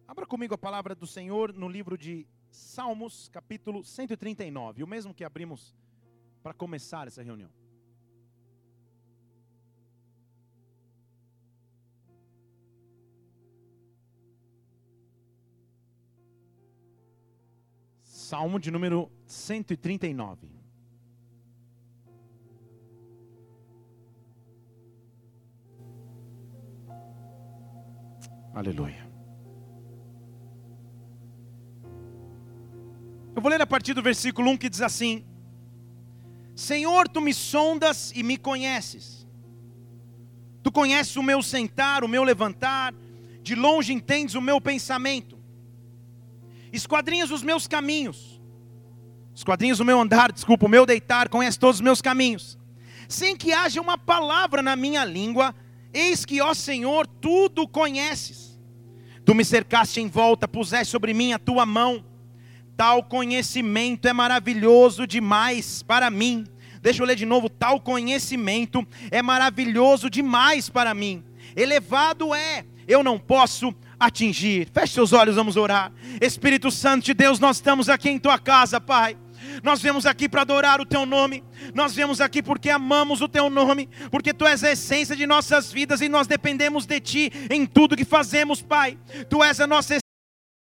Abra comigo a palavra do Senhor no livro de Salmos, capítulo 139, o mesmo que abrimos para começar essa reunião. Salmo de número 139. Aleluia. Eu vou ler a partir do versículo 1 que diz assim: Senhor, tu me sondas e me conheces. Tu conheces o meu sentar, o meu levantar, de longe entendes o meu pensamento. Esquadrinhas os meus caminhos, esquadrinhas o meu andar, o meu deitar, conhece todos os meus caminhos. Sem que haja uma palavra na minha língua, eis que, ó Senhor, tudo conheces. Tu me cercaste em volta, puseste sobre mim a tua mão. Tal conhecimento é maravilhoso demais para mim. Deixa eu ler de novo. Tal conhecimento é maravilhoso demais para mim. Elevado é, eu não posso atingir. Feche seus olhos, vamos orar. Espírito Santo de Deus, nós estamos aqui em tua casa, Pai. Nós viemos aqui para adorar o teu nome. Nós viemos aqui porque amamos o teu nome, porque tu és a essência de nossas vidas e nós dependemos de ti em tudo que fazemos, Pai. Tu és a nossa essência.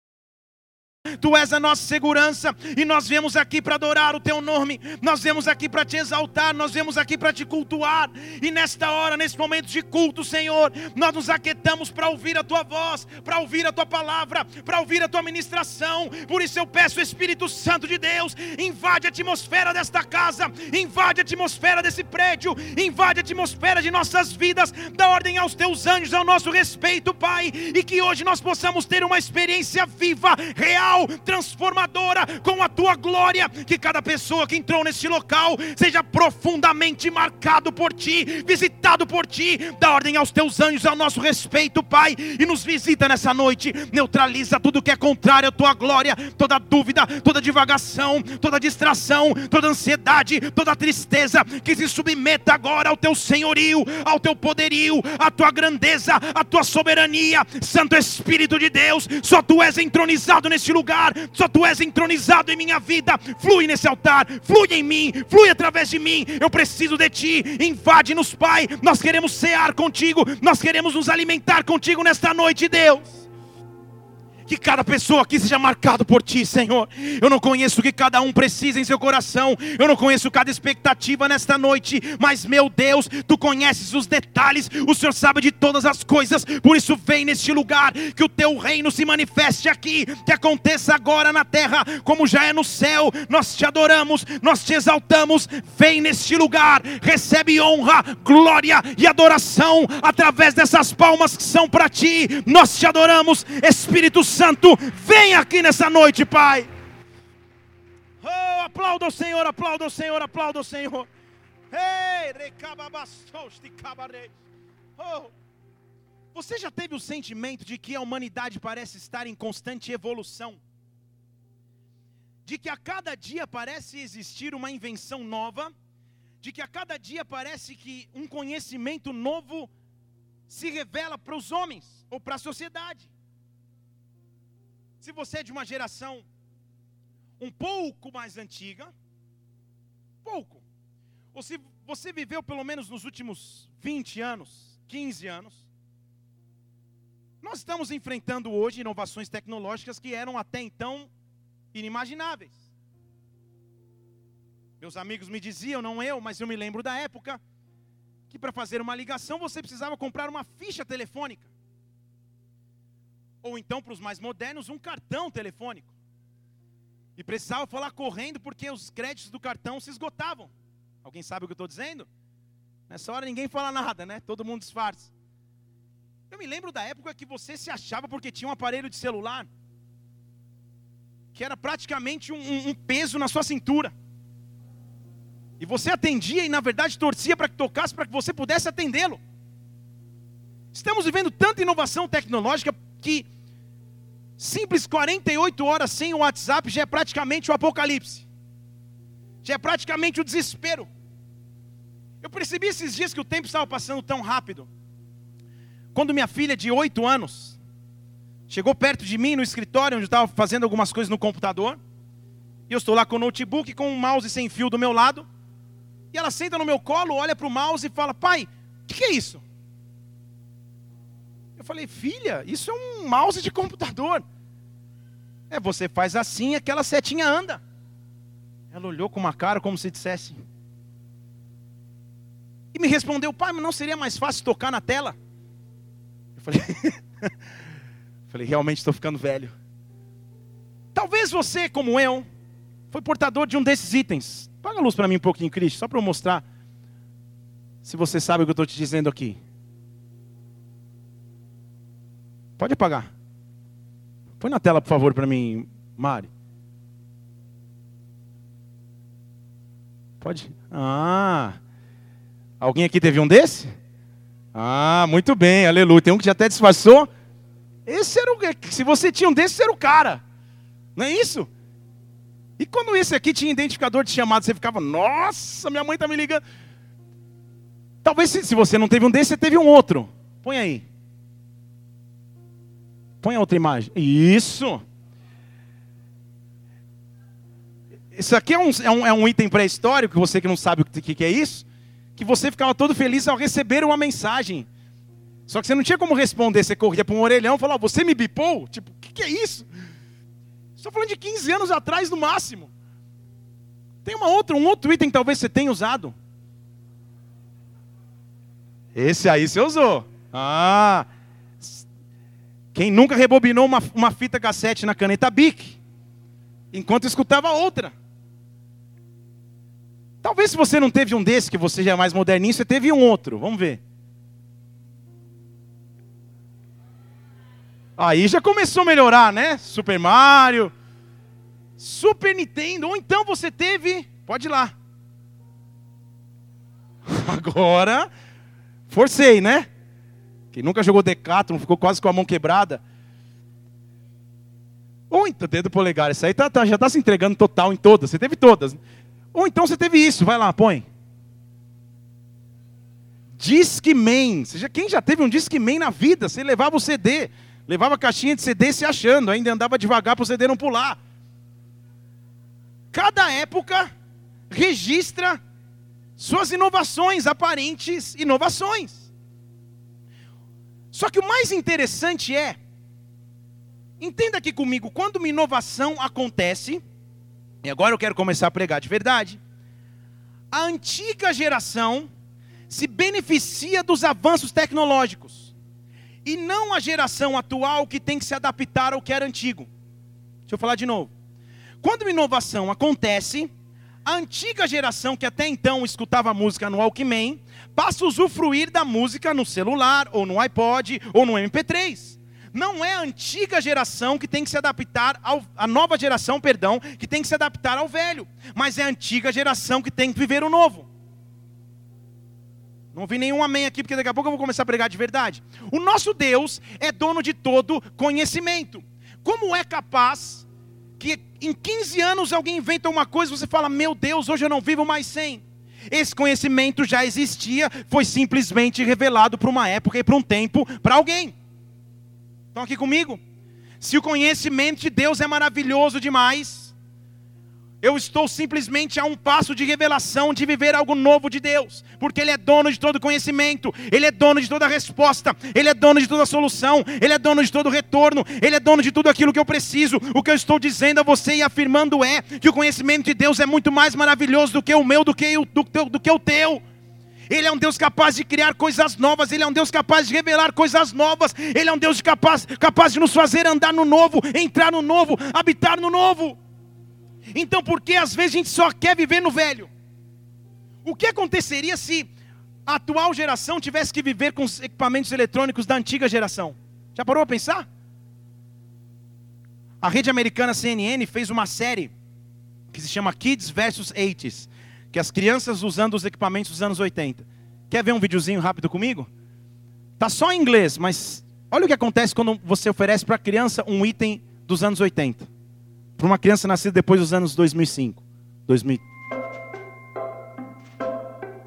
Tu és a nossa segurança e nós viemos aqui para adorar o teu nome. Nós viemos aqui para te exaltar, nós viemos aqui para te cultuar. E nesta hora, nesse momento de culto, Senhor, nós nos aquietamos para ouvir a tua voz, para ouvir a tua palavra, para ouvir a tua ministração. Por isso eu peço, Espírito Santo de Deus, invade a atmosfera desta casa, invade a atmosfera desse prédio, invade a atmosfera de nossas vidas, dá ordem aos teus anjos ao nosso respeito, Pai, e que hoje nós possamos ter uma experiência viva, real, transformadora com a tua glória. Que cada pessoa que entrou neste local seja profundamente marcado por ti, visitado por ti. Dá ordem aos teus anjos ao nosso respeito, Pai, e nos visita nessa noite. Neutraliza tudo que é contrário à tua glória, toda dúvida, toda divagação, toda distração, toda ansiedade, toda tristeza, que se submeta agora ao teu senhorio, ao teu poderio, à tua grandeza, à tua soberania. Santo Espírito de Deus, só tu és entronizado neste lugar, só tu és entronizado em minha vida. Flui nesse altar, flui em mim, flui através de mim. Eu preciso de ti, invade-nos, Pai. Nós queremos cear contigo, nós queremos nos alimentar contigo nesta noite, Deus. Que cada pessoa aqui seja marcado por ti, Senhor. Eu não conheço o que cada um precisa em seu coração, eu não conheço cada expectativa nesta noite, mas meu Deus, tu conheces os detalhes, o Senhor sabe de todas as coisas. Por isso vem neste lugar, que o teu reino se manifeste aqui, que aconteça agora na terra como já é no céu. Nós te adoramos, nós te exaltamos. Vem neste lugar, recebe honra, glória e adoração através dessas palmas que são para ti. Nós te adoramos, Espírito Santo, vem aqui nessa noite, Pai. Oh, aplauda o Senhor, aplauda o Senhor, aplauda o Senhor. Oh, você já teve o sentimento de que a humanidade parece estar em constante evolução? De que a cada dia parece existir uma invenção nova? De que a cada dia parece que um conhecimento novo se revela para os homens ou para a sociedade? Se você é de uma geração um pouco mais antiga, ou se você viveu pelo menos nos últimos 20 anos, 15 anos, nós estamos enfrentando hoje inovações tecnológicas que eram até então inimagináveis. Meus amigos me diziam, não eu, mas eu me lembro da época, que para fazer uma ligação você precisava comprar uma ficha telefônica. Ou então, para os mais modernos, um cartão telefônico. E precisava falar correndo porque os créditos do cartão se esgotavam. Alguém sabe o que eu estou dizendo? Nessa hora ninguém fala nada, né? Todo mundo disfarça. Eu me lembro da época que você se achava porque tinha um aparelho de celular, que era praticamente um peso na sua cintura. E você atendia e na verdade torcia para que tocasse, para que você pudesse atendê-lo. Estamos vivendo tanta inovação tecnológica que simples 48 horas sem o WhatsApp já é praticamente o apocalipse. Já é praticamente o desespero. Eu percebi esses dias que o tempo estava passando tão rápido. Quando minha filha de 8 anos chegou perto de mim no escritório, onde eu estava fazendo algumas coisas no computador. E eu estou lá com o notebook, com um mouse sem fio do meu lado. E ela senta no meu colo, olha para o mouse e fala: pai, o que é isso? Eu falei: filha, isso é um mouse de computador. Você faz assim, aquela setinha anda. Ela olhou com uma cara como se dissesse. E me respondeu: pai, mas não seria mais fácil tocar na tela? Eu falei, realmente estou ficando velho. Talvez você, como eu, foi portador de um desses itens. Apaga a luz para mim um pouquinho, Cristo, só para eu mostrar se você sabe o que eu estou te dizendo aqui. Pode apagar. Põe na tela, por favor, para mim, Mari. Pode? Alguém aqui teve um desse? Muito bem, aleluia. Tem um que já até disfarçou. Esse era se você tinha um desse, era o cara. Não é isso? E quando esse aqui tinha identificador de chamada, você ficava: nossa, minha mãe está me ligando. Talvez se você não teve um desse, você teve um outro. Põe aí. Põe a outra imagem. Isso. Isso aqui é um item pré-histórico, você que não sabe o que é isso, que você ficava todo feliz ao receber uma mensagem. Só que você não tinha como responder, você corria para um orelhão e falava: você me bipou? Tipo, o que é isso? Estou falando de 15 anos atrás no máximo. Tem um outro item que talvez você tenha usado. Esse aí você usou. Quem nunca rebobinou uma fita cassete na caneta Bic, enquanto escutava outra? Talvez se você não teve um desse, que você já é mais moderninho, você teve um outro. Vamos ver. Aí já começou a melhorar, né? Super Mario, Super Nintendo. Ou então você teve... Pode ir lá. Agora, forcei, né? Quem nunca jogou Decathlon, ficou quase com a mão quebrada. Ou então, dedo polegar. Isso aí já está se entregando total em todas. Você teve todas. Ou então você teve isso. Vai lá, põe. Discman. Quem já teve um Discman na vida? Você levava o CD... Levava a caixinha de CD se achando, ainda andava devagar para o CD não pular. Cada época registra suas inovações, aparentes inovações. Só que o mais interessante entenda aqui comigo, quando uma inovação acontece, e agora eu quero começar a pregar de verdade, a antiga geração se beneficia dos avanços tecnológicos. E não a geração atual que tem que se adaptar ao que era antigo. Deixa eu falar de novo. Quando uma inovação acontece, a antiga geração que até então escutava música no Walkman, passa a usufruir da música no celular, ou no iPod, ou no MP3. Não é a antiga geração que tem que se adaptar a nova geração, que tem que se adaptar ao velho. Mas é a antiga geração que tem que viver o novo. Não ouvi nenhum amém aqui, porque daqui a pouco eu vou começar a pregar de verdade. O nosso Deus é dono de todo conhecimento. Como é capaz que em 15 anos alguém inventa uma coisa e você fala: meu Deus, hoje eu não vivo mais sem? Esse conhecimento já existia, foi simplesmente revelado para uma época e para um tempo, para alguém. Estão aqui comigo? Se o conhecimento de Deus é maravilhoso demais, eu estou simplesmente a um passo de revelação, de viver algo novo de Deus. Porque Ele é dono de todo conhecimento. Ele é dono de toda resposta. Ele é dono de toda solução. Ele é dono de todo retorno. Ele é dono de tudo aquilo que eu preciso. O que eu estou dizendo a você e afirmando é que o conhecimento de Deus é muito mais maravilhoso do que o meu, do que o teu. Ele é um Deus capaz de criar coisas novas. Ele é um Deus capaz de revelar coisas novas. Ele é um Deus capaz de nos fazer andar no novo, entrar no novo, habitar no novo. Então por que às vezes a gente só quer viver no velho? O que aconteceria se a atual geração tivesse que viver com os equipamentos eletrônicos da antiga geração? Já parou a pensar? A rede americana CNN fez uma série que se chama Kids vs 80s, que as crianças usando os equipamentos dos anos 80. Quer ver um videozinho rápido comigo? Tá só em inglês, mas olha o que acontece quando você oferece para a criança um item dos anos 80. Para uma criança nascida depois dos anos 2005. 2000.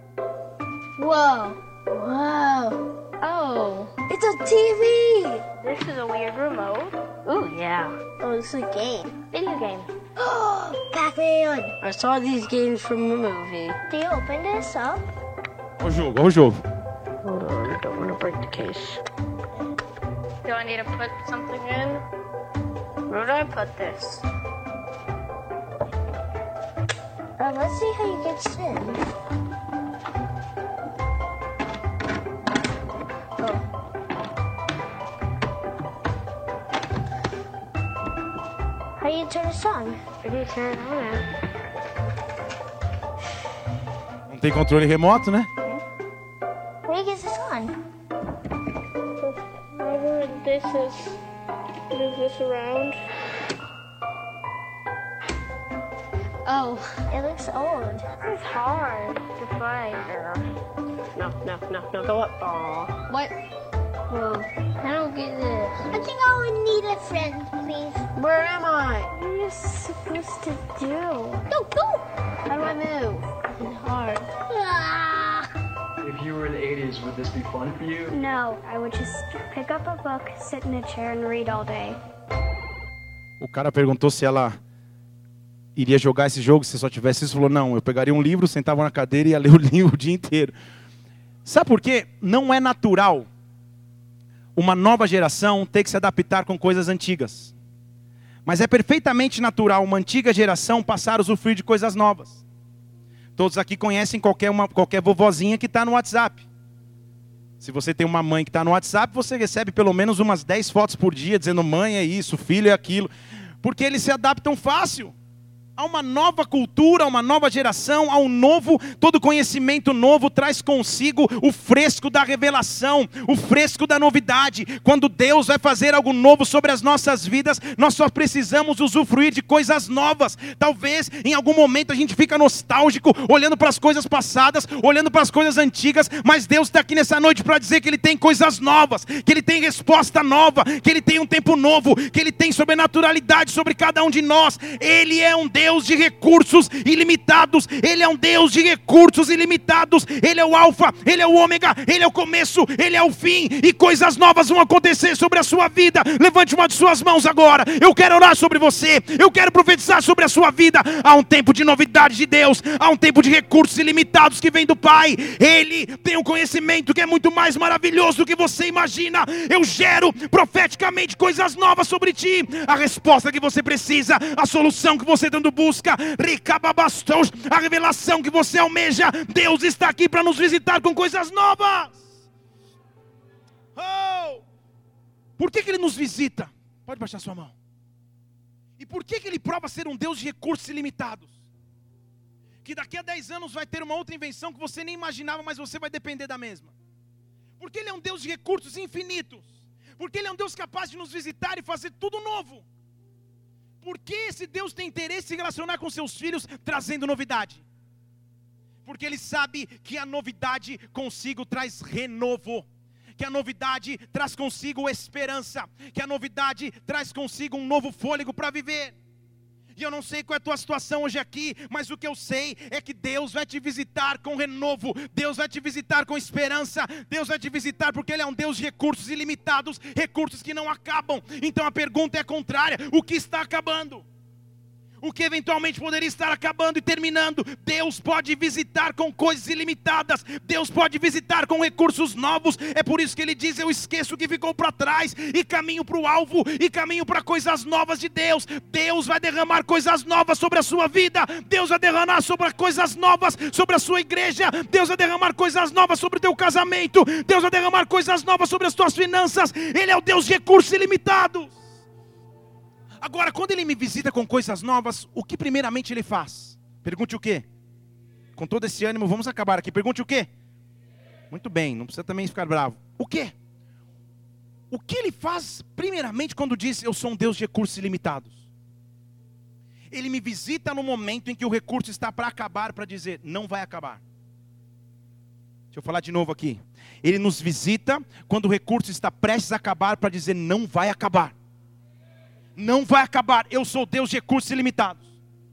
Whoa. Whoa. Oh. It's a TV. This is a weird remote. Ooh, yeah. Oh, this is a game. Video game. Oh, Pac-Man. I saw these games from a movie. Do you open this up? Olha o jogo. Hold on, I don't want to break the case. Do I need to put something in? Where do I put this? Let's see how you get in. How do you turn this on? How do you turn it on? Não tem controle remoto, né? How do you get this on? This is... Move this around. Oh. It looks old. It's hard to find. No, go up. Aww. What? Whoa. I don't get this. I think I would need a friend, please. Where am I? What are you supposed to do? Go! How do I move? It's hard. If you were in the 80s, would this be fun for you? No, I would just pick up a book, sit in a chair and read all day. O cara perguntou se ela iria jogar esse jogo se só tivesse isso. Falou, não, eu pegaria um livro, sentava na cadeira e ia ler o livro o dia inteiro. Sabe por quê? Não é natural uma nova geração ter que se adaptar com coisas antigas. Mas é perfeitamente natural uma antiga geração passar a usufruir de coisas novas. Todos aqui conhecem qualquer vovozinha que está no WhatsApp. Se você tem uma mãe que está no WhatsApp, você recebe pelo menos umas 10 fotos por dia dizendo mãe é isso, filho é aquilo. Porque eles se adaptam fácil. Há uma nova cultura, uma nova geração, há um novo, todo conhecimento novo traz consigo o fresco da revelação, o fresco da novidade. Quando Deus vai fazer algo novo sobre as nossas vidas, nós só precisamos usufruir de coisas novas. Talvez em algum momento a gente fica nostálgico, olhando para as coisas passadas, olhando para as coisas antigas, mas Deus está aqui nessa noite para dizer que Ele tem coisas novas, que Ele tem resposta nova, que Ele tem um tempo novo, que Ele tem sobrenaturalidade sobre cada um de nós. Ele é um Deus de recursos ilimitados. Ele é um Deus de recursos ilimitados. Ele é o alfa, Ele é o ômega, Ele é o começo, Ele é o fim. E coisas novas vão acontecer sobre a sua vida. Levante uma de suas mãos agora. Eu quero orar sobre você. Eu quero profetizar sobre a sua vida. Há um tempo de novidade de Deus. Há um tempo de recursos ilimitados que vem do Pai. Ele tem um conhecimento que é muito mais maravilhoso do que você imagina. Eu gero profeticamente coisas novas sobre ti. A resposta que você precisa, a solução que você tanto busca, a revelação que você almeja. Deus está aqui para nos visitar com coisas novas. Oh! Por que Ele nos visita? Pode baixar sua mão. E por que Ele prova ser um Deus de recursos ilimitados? Que daqui a 10 anos vai ter uma outra invenção que você nem imaginava, mas você vai depender da mesma. Porque Ele é um Deus de recursos infinitos. Porque Ele é um Deus capaz de nos visitar e fazer tudo novo. Por que esse Deus tem interesse em se relacionar com seus filhos, trazendo novidade? Porque Ele sabe que a novidade consigo traz renovo. Que a novidade traz consigo esperança. Que a novidade traz consigo um novo fôlego para viver. E eu não sei qual é a tua situação hoje aqui, mas o que eu sei é que Deus vai te visitar com renovo, Deus vai te visitar com esperança, Deus vai te visitar porque Ele é um Deus de recursos ilimitados, recursos que não acabam. Então a pergunta é contrária: o que está acabando? O que eventualmente poderia estar acabando e terminando? Deus pode visitar com coisas ilimitadas. Deus pode visitar com recursos novos. É por isso que Ele diz: eu esqueço o que ficou para trás e caminho para o alvo, e caminho para coisas novas de Deus. Deus vai derramar coisas novas sobre a sua vida. Deus vai derramar sobre coisas novas sobre a sua igreja. Deus vai derramar coisas novas sobre o teu casamento. Deus vai derramar coisas novas sobre as tuas finanças. Ele é o Deus de recursos ilimitados. Agora, quando Ele me visita com coisas novas, o que primeiramente Ele faz? Pergunte o quê? Com todo esse ânimo, vamos acabar aqui. Pergunte o quê? Muito bem, não precisa também ficar bravo. O quê? O que Ele faz primeiramente quando diz: eu sou um Deus de recursos ilimitados? Ele me visita no momento em que o recurso está para acabar, para dizer: não vai acabar. Deixa eu falar de novo aqui. Ele nos visita quando o recurso está prestes a acabar, para dizer: não vai acabar. Não vai acabar. Eu sou Deus de recursos ilimitados.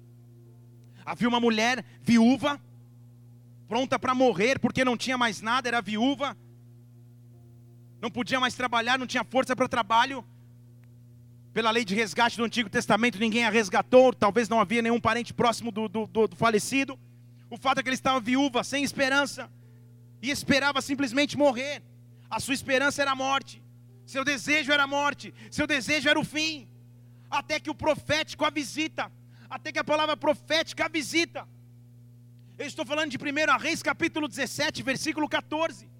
Havia uma mulher viúva, pronta para morrer porque não tinha mais nada, era viúva. não podia mais trabalhar, não tinha força para trabalho. Pela lei de resgate do Antigo Testamento, ninguém a resgatou, talvez não havia nenhum parente próximo do falecido. O fato é que ele estava viúva, sem esperança, e esperava simplesmente morrer. A sua esperança era a morte, seu desejo era a morte, seu desejo era o fim. Até que o profético a visita, até que a palavra profética a visita. Eu estou falando de 1 Reis capítulo 17, versículo 14.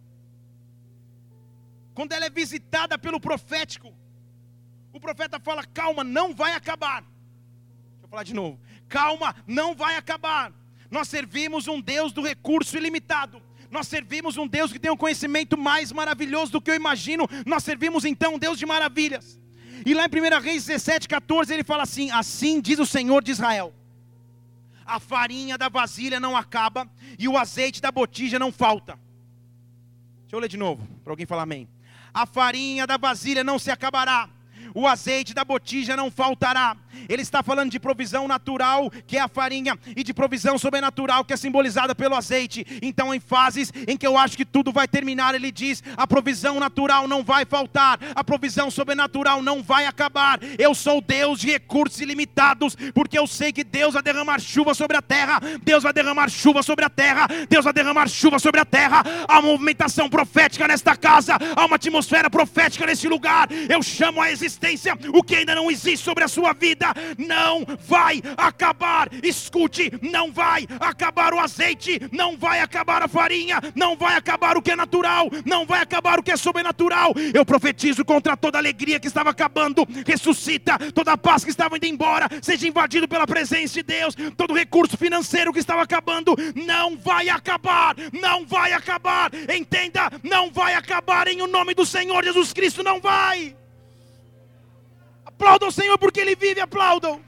Quando ela é visitada pelo profético, o profeta fala: calma, não vai acabar. Deixa eu falar de novo. Calma, não vai acabar. Nós servimos um Deus do recurso ilimitado. Nós servimos um Deus que tem um conhecimento mais maravilhoso do que eu imagino. Nós servimos então um Deus de maravilhas. E lá em 1 Reis 17, 14, ele fala assim: assim diz o Senhor de Israel: a farinha da vasilha não acaba, e o azeite da botija não falta. Deixa eu ler de novo, para alguém falar amém. A farinha da vasilha não se acabará, o azeite da botija não faltará. Ele está falando de provisão natural, que é a farinha, e de provisão sobrenatural, que é simbolizada pelo azeite. Então, em fases em que eu acho que tudo vai terminar, ele diz: a provisão natural não vai faltar, a provisão sobrenatural não vai acabar. Eu sou Deus de recursos ilimitados, porque eu sei que Deus vai derramar chuva sobre a terra. Deus vai derramar chuva sobre a terra. Deus vai derramar chuva sobre a terra. Há uma movimentação profética nesta casa, há uma atmosfera profética nesse lugar. Eu chamo a existência o que ainda não existe sobre a sua vida. Não vai acabar. Escute, não vai acabar o azeite, não vai acabar a farinha, não vai acabar o que é natural, não vai acabar o que é sobrenatural. Eu profetizo contra toda alegria que estava acabando. Ressuscita toda a paz que estava indo embora, seja invadido pela presença de Deus. Todo recurso financeiro que estava acabando, não vai acabar, não vai acabar. Entenda, não vai acabar em o nome do Senhor Jesus Cristo, não vai. Aplaudam o Senhor porque Ele vive, aplaudam.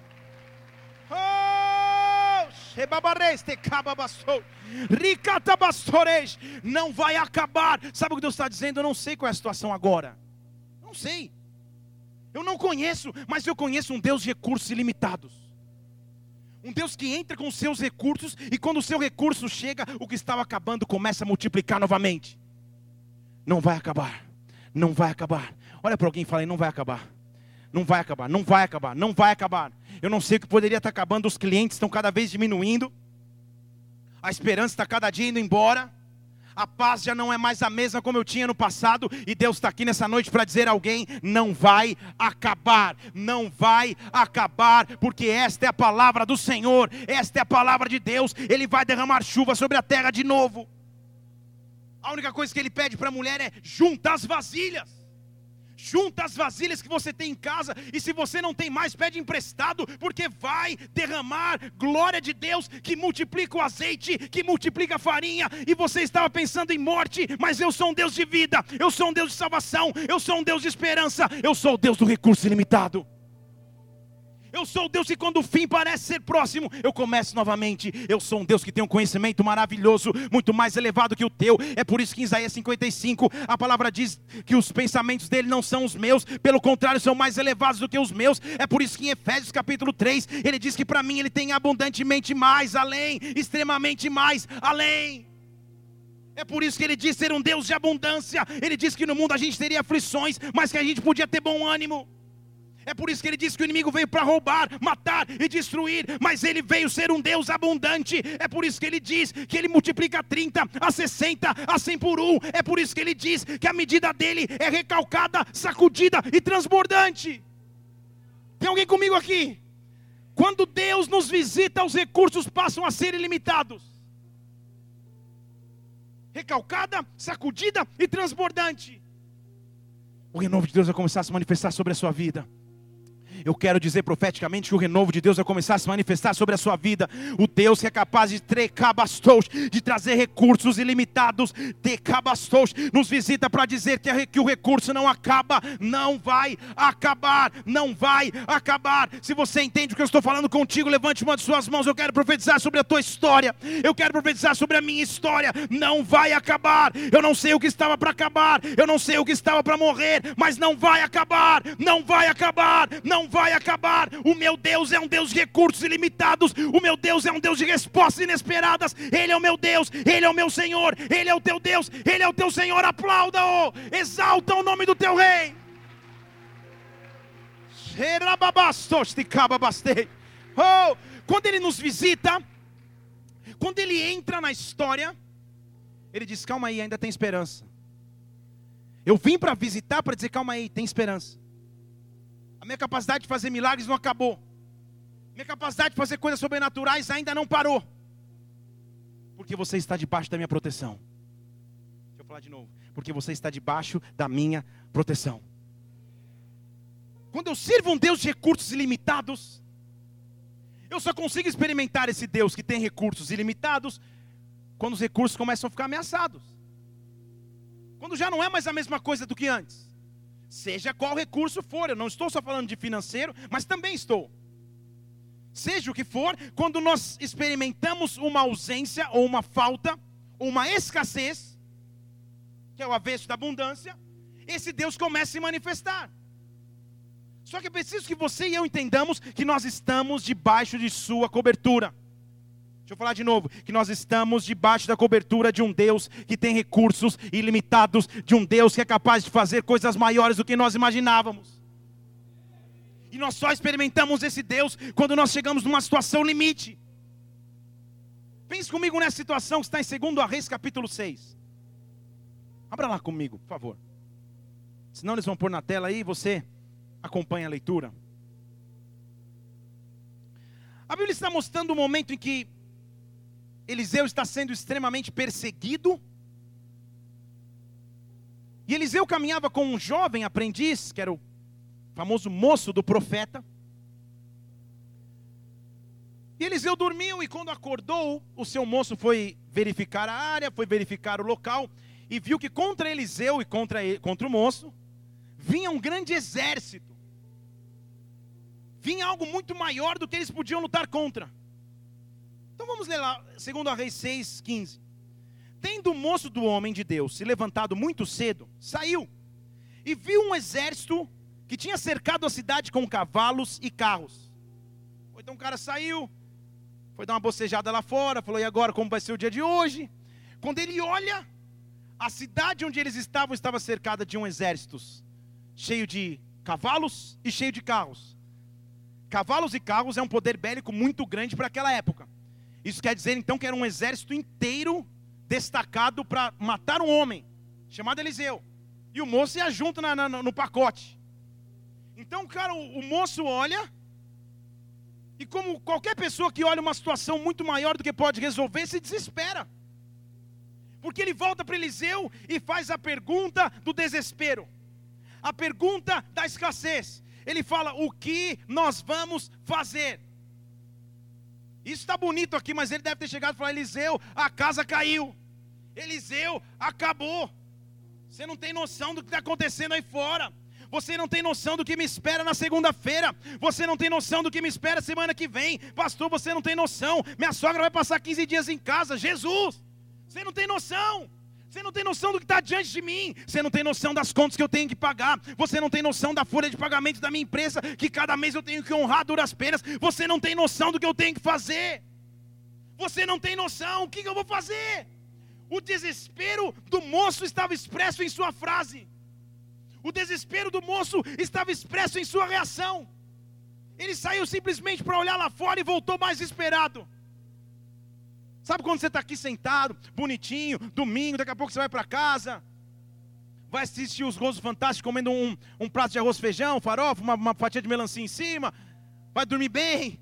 Não vai acabar. Sabe o que Deus está dizendo? Eu não sei qual é a situação agora. Não sei. Eu não conheço, mas eu conheço um Deus de recursos ilimitados. Um Deus que entra com os seus recursos, e quando o seu recurso chega, o que estava acabando começa a multiplicar novamente. Não vai acabar. Não vai acabar. Olha para alguém e fala: não vai acabar. Não vai acabar, não vai acabar, não vai acabar. Eu não sei o que poderia estar acabando. Os clientes estão cada vez diminuindo, a esperança está cada dia indo embora, a paz já não é mais a mesma como eu tinha no passado. E Deus está aqui nessa noite para dizer a alguém: não vai acabar, não vai acabar, porque esta é a palavra do Senhor, esta é a palavra de Deus. Ele vai derramar chuva sobre a terra de novo. A única coisa que Ele pede para a mulher é: junta as vasilhas. Junta as vasilhas que você tem em casa, e se você não tem mais, pede emprestado, porque vai derramar glória de Deus, que multiplica o azeite, que multiplica a farinha. E você estava pensando em morte, mas eu sou um Deus de vida, eu sou um Deus de salvação, eu sou um Deus de esperança, eu sou o Deus do recurso ilimitado. Eu sou o Deus que quando o fim parece ser próximo, eu começo novamente. Eu sou um Deus que tem um conhecimento maravilhoso, muito mais elevado que o teu. É por isso que em Isaías 55, a palavra diz que os pensamentos dele não são os meus, pelo contrário, são mais elevados do que os meus. É por isso que em Efésios capítulo 3, ele diz que para mim ele tem abundantemente mais, além, extremamente mais, além. É por isso que ele diz ser um Deus de abundância. Ele diz que no mundo a gente teria aflições, mas que a gente podia ter bom ânimo. É por isso que ele diz que o inimigo veio para roubar, matar e destruir, mas ele veio ser um Deus abundante. É por isso que ele diz que ele multiplica 30, a 60, a 100 por 1. É por isso que ele diz que a medida dele é recalcada, sacudida e transbordante. Tem alguém comigo aqui? Quando Deus nos visita, os recursos passam a ser ilimitados. Recalcada, sacudida e transbordante. O renovo de Deus vai começar a se manifestar sobre a sua vida. Eu quero dizer profeticamente que o renovo de Deus vai começar a se manifestar sobre a sua vida. O Deus que é capaz de trazer recursos ilimitados, nos visita para dizer que o recurso não acaba, não vai acabar, não vai acabar. Se você entende o que eu estou falando contigo, levante uma de suas mãos. Eu quero profetizar sobre a tua história, eu quero profetizar sobre a minha história. Não vai acabar. Eu não sei o que estava para acabar, eu não sei o que estava para morrer, mas não vai acabar, não vai acabar, não vai acabar. O meu Deus é um Deus de recursos ilimitados. O meu Deus é um Deus de respostas inesperadas. Ele é o meu Deus, Ele é o meu Senhor. Ele é o teu Deus, Ele é o teu Senhor. Aplauda-o, exalta o nome do teu Rei. Oh, quando Ele nos visita, quando Ele entra na história, Ele diz, calma aí, ainda tem esperança. Eu vim para visitar, para dizer, calma aí, tem esperança. A minha capacidade de fazer milagres não acabou. Minha capacidade de fazer coisas sobrenaturais ainda não parou. Porque você está debaixo da minha proteção. Deixa eu falar de novo. Porque você está debaixo da minha proteção. Quando eu sirvo um Deus de recursos ilimitados, eu só consigo experimentar esse Deus que tem recursos ilimitados quando os recursos começam a ficar ameaçados. Quando já não é mais a mesma coisa do que antes. Seja qual recurso for, eu não estou só falando de financeiro, mas também estou. Seja o que for, quando nós experimentamos uma ausência, ou uma falta, ou uma escassez, que é o avesso da abundância, esse Deus começa a se manifestar. Só que é preciso que você e eu entendamos que nós estamos debaixo de sua cobertura. Deixa eu falar de novo, que nós estamos debaixo da cobertura de um Deus que tem recursos ilimitados, de um Deus que é capaz de fazer coisas maiores do que nós imaginávamos. E nós só experimentamos esse Deus quando nós chegamos numa situação limite. Pense comigo nessa situação que está em 2 Reis capítulo 6. Abra lá comigo, por favor. Senão eles vão pôr na tela aí e você acompanha a leitura. A Bíblia está mostrando o momento em que Eliseu está sendo extremamente perseguido. E Eliseu caminhava com um jovem aprendiz, que era o famoso moço do profeta. E Eliseu dormiu, e quando acordou, o seu moço foi verificar a área, foi verificar o local, e viu que contra Eliseu e contra o moço, vinha um grande exército. Vinha algo muito maior do que eles podiam lutar contra. Então vamos ler lá, 2 Reis 6:15. Tendo o moço do homem de Deus se levantado muito cedo, saiu, e viu um exército que tinha cercado a cidade com cavalos e carros. Então o cara saiu, foi dar uma bocejada lá fora, falou, e agora como vai ser o dia de hoje? Quando ele olha, a cidade onde eles estavam estava cercada de um exército, cheio de cavalos e cheio de carros. Cavalos e carros é um poder bélico muito grande para aquela época. Isso quer dizer então que era um exército inteiro destacado para matar um homem, chamado Eliseu. E o moço ia junto no pacote. Então, cara, o moço olha, e como qualquer pessoa que olha uma situação muito maior do que pode resolver, se desespera. Porque ele volta para Eliseu e faz a pergunta do desespero. A pergunta da escassez. Ele fala, o que nós vamos fazer? Isso está bonito aqui, mas ele deve ter chegado e falado, Eliseu, a casa caiu. Eliseu, acabou. Você não tem noção do que está acontecendo aí fora. Você não tem noção do que me espera na segunda-feira. Você não tem noção do que me espera semana que vem. Pastor, você não tem noção. Minha sogra vai passar 15 dias em casa. Jesus, você não tem noção. Você não tem noção do que está diante de mim. Você não tem noção das contas que eu tenho que pagar. Você não tem noção da folha de pagamento da minha empresa, que cada mês eu tenho que honrar duras penas. Você não tem noção do que eu tenho que fazer. Você não tem noção. O que eu vou fazer? O desespero do moço estava expresso em sua frase. O desespero do moço estava expresso em sua reação. Ele saiu simplesmente para olhar lá fora e voltou mais desesperado. Sabe quando você está aqui sentado, bonitinho, domingo, daqui a pouco você vai para casa, vai assistir os Gozos Fantásticos comendo um prato de arroz, feijão, farofa, uma fatia de melancia em cima, vai dormir bem.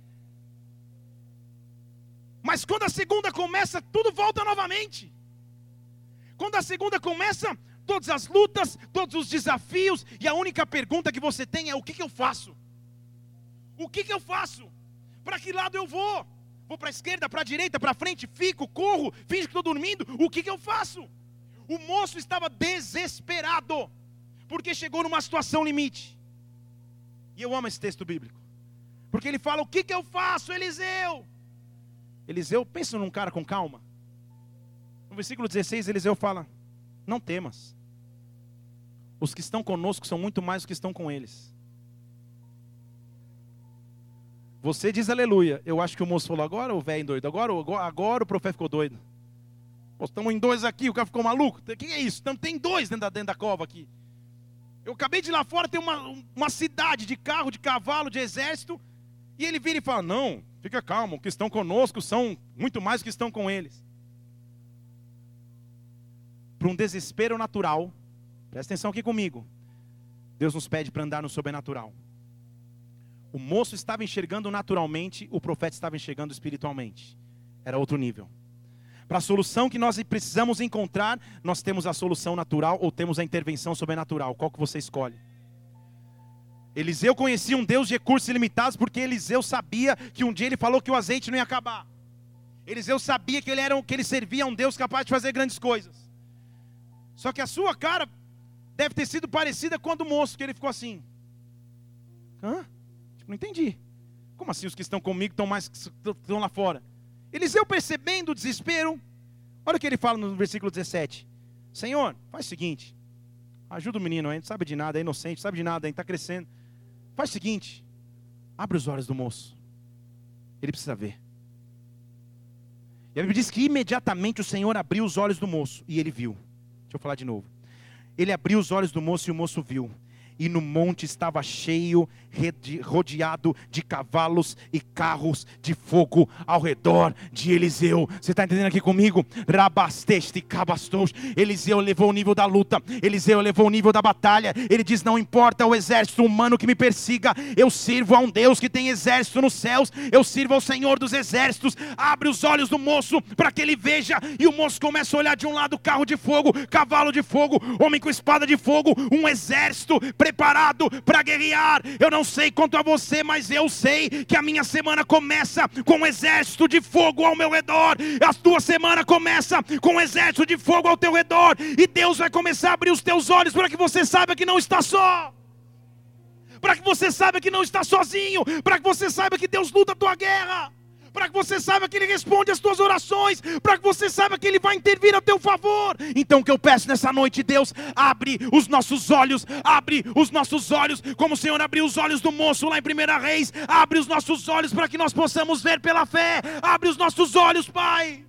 Mas quando a segunda começa, tudo volta novamente. Quando a segunda começa, todas as lutas, todos os desafios, e a única pergunta que você tem é, o que eu faço? O que eu faço? Para que lado eu vou? Vou para a esquerda, para a direita, para frente, fico, corro, finge que estou dormindo. O que eu faço? O moço estava desesperado, porque chegou numa situação limite. E eu amo esse texto bíblico, porque ele fala, o que eu faço, Eliseu? Eliseu, pensa num cara com calma. No versículo 16, Eliseu fala, não temas. Os que estão conosco são muito mais do que estão com eles. Você diz aleluia. Eu acho que o moço falou, agora o velho doido, agora o profeta ficou doido. Pô, estamos em 2 aqui, o cara ficou maluco. O que é isso? Tem 2 dentro da cova aqui. Eu acabei de ir lá fora, tem uma cidade de carro, de cavalo, de exército. E ele vira e fala, não, fica calmo, os que estão conosco são muito mais que estão com eles. Para um desespero natural, presta atenção aqui comigo, Deus nos pede para andar no sobrenatural. O moço estava enxergando naturalmente, o profeta estava enxergando espiritualmente. Era outro nível. Para a solução que nós precisamos encontrar, nós temos a solução natural ou temos a intervenção sobrenatural. Qual que você escolhe? Eliseu conhecia um Deus de recursos ilimitados porque Eliseu sabia que um dia ele falou que o azeite não ia acabar. Eliseu sabia que ele servia a um Deus capaz de fazer grandes coisas. Só que a sua cara deve ter sido parecida com a do moço, que ele ficou assim. Hã? Tipo, não entendi. Como assim os que estão comigo estão lá fora? Eliseu, percebendo o desespero, olha o que ele fala no versículo 17. Senhor, faz o seguinte, ajuda o menino, não sabe de nada, é inocente, sabe de nada, está crescendo. Faz o seguinte, abre os olhos do moço. Ele precisa ver. E a Bíblia diz que imediatamente o Senhor abriu os olhos do moço e ele viu. Deixa eu falar de novo. Ele abriu os olhos do moço e o moço viu. E no monte estava cheio, rodeado de cavalos e carros de fogo ao redor de Eliseu. Você está entendendo aqui comigo? Rabasteste cabastos. Eliseu levou o nível da luta. Eliseu levou o nível da batalha. Ele diz, não importa o exército humano que me persiga. Eu sirvo a um Deus que tem exército nos céus. Eu sirvo ao Senhor dos exércitos. Abre os olhos do moço para que ele veja. E o moço começa a olhar de um lado, carro de fogo, cavalo de fogo, homem com espada de fogo, um exército preparado para guerrear. Eu não sei quanto a você, mas eu sei que a minha semana começa com um exército de fogo ao meu redor. A tua semana começa com um exército de fogo ao teu redor. E Deus vai começar a abrir os teus olhos para que você saiba que não está só. Para que você saiba que não está sozinho. Para que você saiba que Deus luta a tua guerra. Para que você saiba que Ele responde as tuas orações, para que você saiba que Ele vai intervir a teu favor. Então o que eu peço nessa noite, Deus, abre os nossos olhos, como o Senhor abriu os olhos do moço lá em 1 Reis, abre os nossos olhos para que nós possamos ver pela fé, abre os nossos olhos, Pai.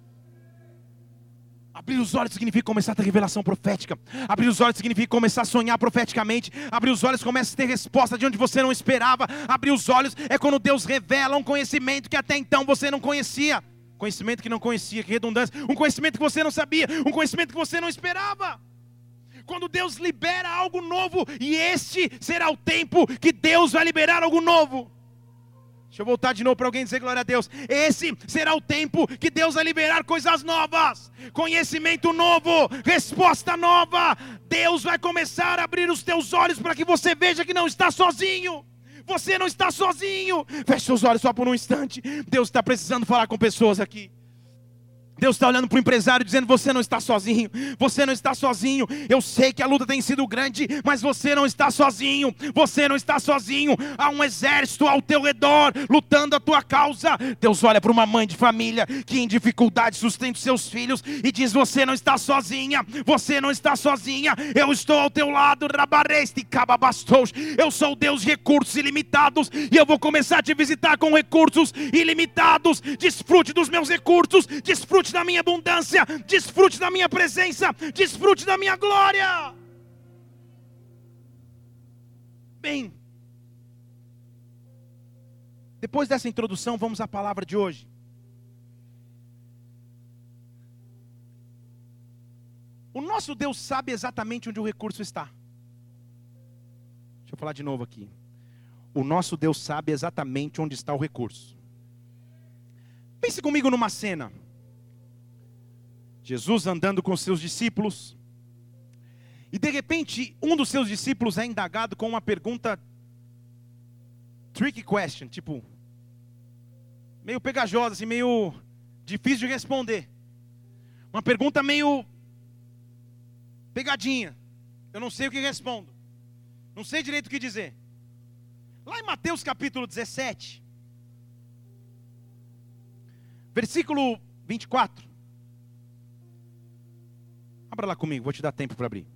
Abrir os olhos significa começar a ter revelação profética. Abrir os olhos significa começar a sonhar profeticamente. Abrir os olhos começa a ter resposta de onde você não esperava. Abrir os olhos é quando Deus revela um conhecimento que até então você não conhecia. Conhecimento que não conhecia, que redundância. Um conhecimento que você não sabia, um conhecimento que você não esperava. Quando Deus libera algo novo, e este será o tempo que Deus vai liberar algo novo. Deixa eu voltar de novo para alguém dizer glória a Deus. Esse será o tempo que Deus vai liberar coisas novas, conhecimento novo, resposta nova. Deus vai começar a abrir os teus olhos para que você veja que não está sozinho. Você não está sozinho. Feche seus olhos só por um instante. Deus está precisando falar com pessoas aqui. Deus está olhando para o empresário dizendo, você não está sozinho, você não está sozinho. Eu sei que a luta tem sido grande, mas você não está sozinho, você não está sozinho. Há um exército ao teu redor, lutando a tua causa. Deus olha para uma mãe de família, que em dificuldade sustenta os seus filhos, e diz, você não está sozinha, você não está sozinha. Eu estou ao teu lado, eu sou o Deus de recursos ilimitados, e eu vou começar a te visitar com recursos ilimitados. Desfrute dos meus recursos, desfrute da minha abundância, desfrute da minha presença, desfrute da minha glória. Bem, depois dessa introdução, vamos à palavra de hoje. O nosso Deus sabe exatamente onde o recurso está. Deixa eu falar de novo aqui. O nosso Deus sabe exatamente onde está o recurso. Pense comigo numa cena. Jesus andando com seus discípulos, e de repente um dos seus discípulos é indagado com uma pergunta tricky question, tipo meio pegajosa, assim, meio difícil de responder. Uma pergunta meio pegadinha. Eu não sei o que respondo, não sei direito o que dizer. Lá em Mateus capítulo 17, versículo 24. Abra lá comigo, vou te dar tempo para abrir.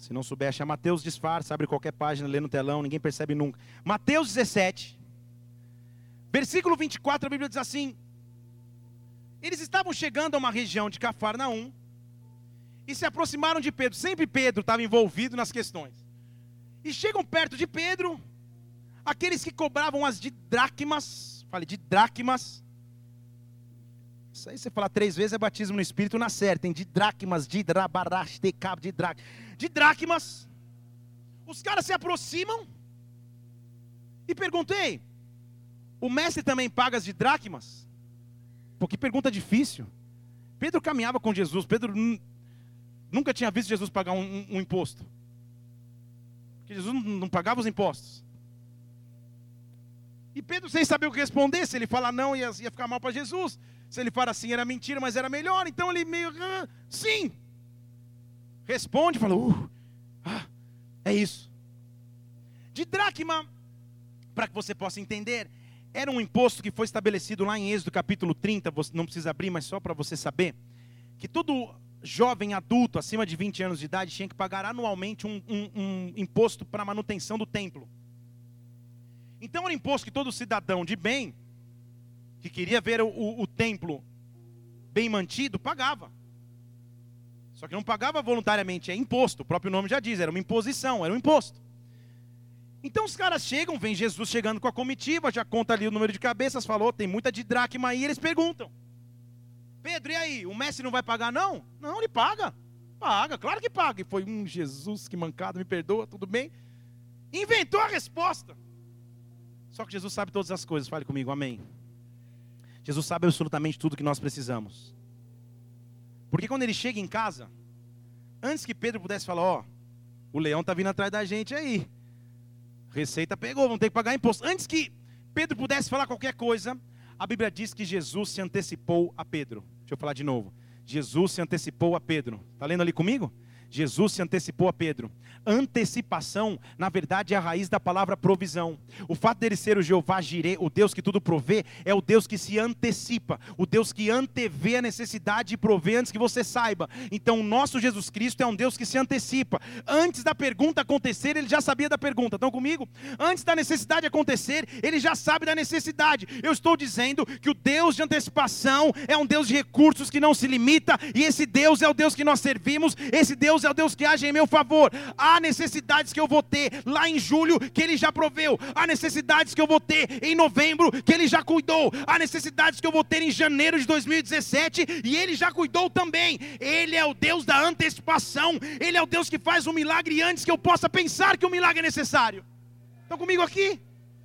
Se não souber, achar Mateus, disfarça, abre qualquer página, lê no telão, ninguém percebe nunca. Mateus 17, versículo 24, a Bíblia diz assim: eles estavam chegando a uma região de Cafarnaum e se aproximaram de Pedro. Sempre Pedro estava envolvido nas questões. E chegam perto de Pedro aqueles que cobravam as didracmas. Fale, didracmas. Isso aí você falar 3 vezes é batismo no Espírito na certa. Tem didracmas, didrabarash, decab, didracmas. Os caras se aproximam e perguntam: ei, o mestre também paga as didracmas? Pô, que pergunta difícil. Pedro caminhava com Jesus. Pedro nunca tinha visto Jesus pagar um imposto. Porque Jesus não pagava os impostos. E Pedro, sem saber o que responder, se ele falar não, ia ficar mal para Jesus. Se ele falar assim, era mentira, mas era melhor. Então ele meio, sim. Responde, fala, é isso. Didracma, para que você possa entender, era um imposto que foi estabelecido lá em Êxodo capítulo 30, você não precisa abrir, mas só para você saber, que todo jovem adulto acima de 20 anos de idade tinha que pagar anualmente um imposto para a manutenção do templo. Então era um imposto que todo cidadão de bem, que queria ver o templo bem mantido, pagava. Só que não pagava voluntariamente, é imposto, o próprio nome já diz, era uma imposição, era um imposto. Então os caras chegam, vem Jesus chegando com a comitiva, já conta ali o número de cabeças, falou, tem muita didracma aí, eles perguntam: Pedro, e aí, o mestre não vai pagar não? Não, ele paga, claro que paga. E foi Jesus, que mancado, me perdoa, tudo bem. Inventou a resposta. Só que Jesus sabe todas as coisas, fale comigo, amém. Jesus sabe absolutamente tudo que nós precisamos. Porque quando ele chega em casa, antes que Pedro pudesse falar, o leão está vindo atrás da gente aí. Receita pegou, vamos ter que pagar imposto. Antes que Pedro pudesse falar qualquer coisa, a Bíblia diz que Jesus se antecipou a Pedro. Deixa eu falar de novo. Jesus se antecipou a Pedro. Está lendo ali comigo? Jesus se antecipou a Pedro. Antecipação, na verdade, é a raiz da palavra provisão. O fato dele ser o Jeová Jireh, o Deus que tudo provê, é o Deus que se antecipa, o Deus que antevê a necessidade e provê antes que você saiba. Então o nosso Jesus Cristo é um Deus que se antecipa. Antes da pergunta acontecer, ele já sabia da pergunta. Estão comigo? Antes da necessidade acontecer, ele já sabe da necessidade. Eu estou dizendo que o Deus de antecipação é um Deus de recursos que não se limita, e esse Deus é o Deus que nós servimos, esse Deus é o Deus que age em meu favor. Há necessidades que eu vou ter lá em julho, que Ele já proveu. Há necessidades que eu vou ter em novembro, que Ele já cuidou. Há necessidades que eu vou ter em janeiro de 2017, e Ele já cuidou também. Ele é o Deus da antecipação. Ele é o Deus que faz um milagre antes que eu possa pensar que o milagre é necessário. Estão comigo aqui?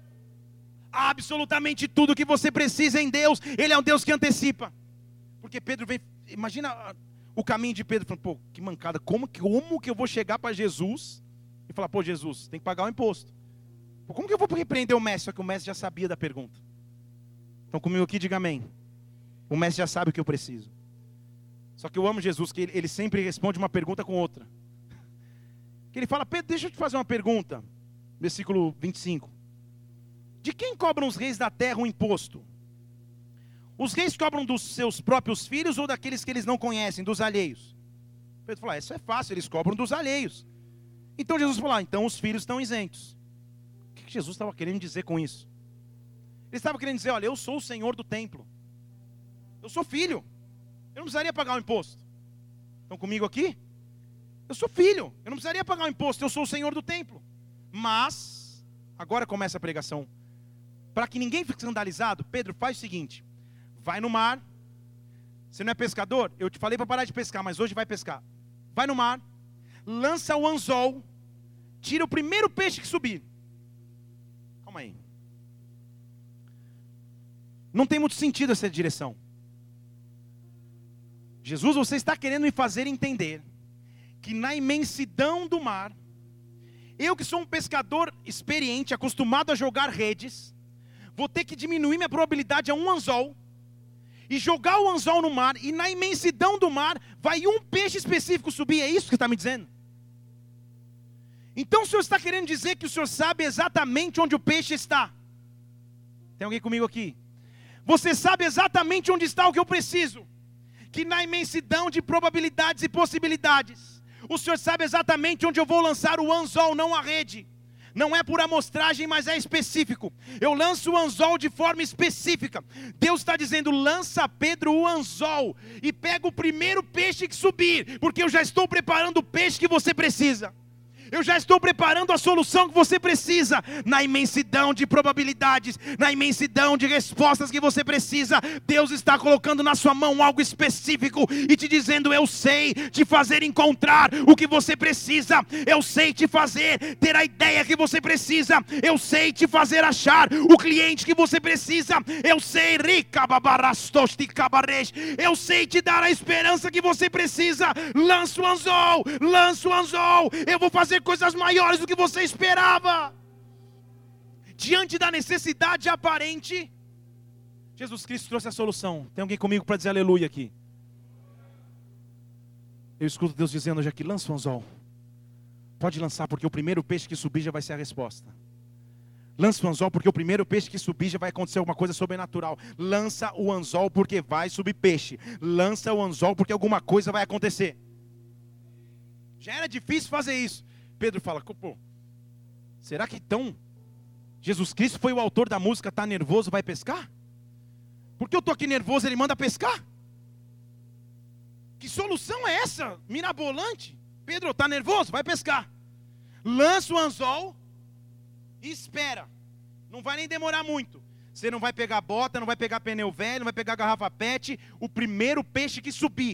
Absolutamente tudo que você precisa em Deus, Ele é um Deus que antecipa. Porque Pedro vem, imagina o caminho de Pedro, falando, pô, que mancada, como que eu vou chegar para Jesus e falar, pô, Jesus, tem que pagar o imposto. Pô, como que eu vou repreender o mestre? Só que o mestre já sabia da pergunta. Então comigo aqui, diga amém. O mestre já sabe o que eu preciso. Só que eu amo Jesus, que ele sempre responde uma pergunta com outra. Que ele fala, Pedro, deixa eu te fazer uma pergunta. Versículo 25. De quem cobram os reis da terra o imposto? Os reis cobram dos seus próprios filhos ou daqueles que eles não conhecem, dos alheios? Pedro falou, isso é fácil, eles cobram dos alheios. Então Jesus falou, então os filhos estão isentos. O que Jesus estava querendo dizer com isso? Ele estava querendo dizer, olha, eu sou o Senhor do templo. Eu sou filho. Eu não precisaria pagar o imposto. Estão comigo aqui? Eu sou filho. Eu não precisaria pagar o imposto, eu sou o Senhor do templo. Mas, agora começa a pregação. Para que ninguém fique escandalizado, Pedro faz o seguinte. Vai no mar. Você não é pescador? Eu te falei para parar de pescar, mas hoje vai pescar. Vai no mar, lança o anzol, tira o primeiro peixe que subir. Calma aí. Não tem muito sentido essa direção. Jesus, você está querendo me fazer entender que na imensidão do mar, eu que sou um pescador experiente, acostumado a jogar redes, vou ter que diminuir minha probabilidade a um anzol, e jogar o anzol no mar, e na imensidão do mar, vai um peixe específico subir, é isso que você está me dizendo? Então o Senhor está querendo dizer que o Senhor sabe exatamente onde o peixe está. Tem alguém comigo aqui? Você sabe exatamente onde está o que eu preciso. Que na imensidão de probabilidades e possibilidades, O Senhor sabe exatamente onde eu vou lançar o anzol, não a rede. Não é por amostragem, mas é específico. Eu lanço o anzol de forma específica. Deus está dizendo, lança, Pedro, o anzol. E pega o primeiro peixe que subir. Porque eu já estou preparando o peixe que você precisa. Eu já estou preparando a solução que você precisa. Na imensidão de probabilidades, na imensidão de respostas que você precisa, Deus está colocando na sua mão algo específico e te dizendo, eu sei te fazer encontrar o que você precisa. Eu sei te fazer ter a ideia que você precisa. Eu sei te fazer achar o cliente que você precisa. Eu sei, eu sei te dar a esperança que você precisa. Lança o anzol, lança o anzol. Eu vou fazer coisas maiores do que você esperava. Diante da necessidade aparente, Jesus Cristo trouxe a solução. Tem alguém comigo para dizer aleluia aqui? Eu escuto Deus dizendo hoje aqui, lança o anzol. Pode lançar, porque o primeiro peixe que subir já vai ser a resposta. Lança o anzol, porque o primeiro peixe que subir já vai acontecer alguma coisa sobrenatural. Lança o anzol, porque vai subir peixe. Lança o anzol, porque alguma coisa vai acontecer. Já era difícil fazer isso. Pedro fala, pô, será que então Jesus Cristo foi o autor da música, está nervoso, vai pescar? Porque eu estou aqui nervoso, ele manda pescar? Que solução é essa, mirabolante? Pedro, está nervoso? Vai pescar. Lança o anzol e espera. Não vai nem demorar muito. Você não vai pegar bota, não vai pegar pneu velho, não vai pegar garrafa pet. O primeiro peixe que subir.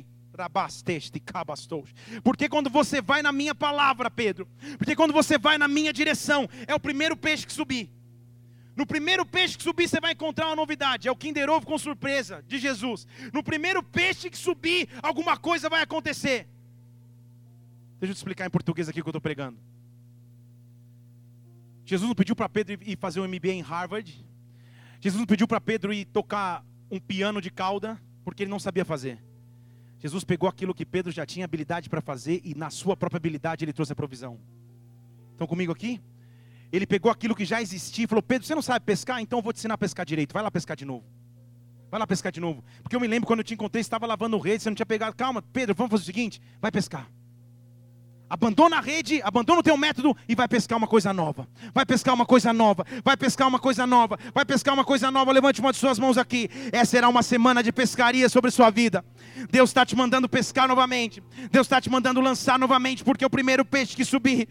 Porque quando você vai na minha palavra, Pedro, porque quando você vai na minha direção, é o primeiro peixe que subir. No primeiro peixe que subir, você vai encontrar uma novidade. É o Kinder Ovo com surpresa de Jesus. No primeiro peixe que subir, alguma coisa vai acontecer. Deixa eu te explicar em português aqui o que eu estou pregando. Jesus não pediu para Pedro ir fazer um MBA em Harvard. Jesus não pediu para Pedro ir tocar um piano de cauda, porque ele não sabia fazer. Jesus pegou aquilo que Pedro já tinha habilidade para fazer e na sua própria habilidade ele trouxe a provisão. Estão comigo aqui? Ele pegou aquilo que já existia e falou, Pedro, você não sabe pescar? Então eu vou te ensinar a pescar direito. Vai lá pescar de novo. Vai lá pescar de novo. Porque eu me lembro quando eu te encontrei, você estava lavando rede, você não tinha pegado. Calma, Pedro, vamos fazer o seguinte, vai pescar. Abandona a rede, abandona o teu método e vai pescar uma coisa nova. Vai pescar uma coisa nova. Vai pescar uma coisa nova. Vai pescar uma coisa nova. Levante uma de suas mãos aqui. Essa será uma semana de pescaria sobre sua vida. Deus está te mandando pescar novamente. Deus está te mandando lançar novamente. Porque o primeiro peixe que subir,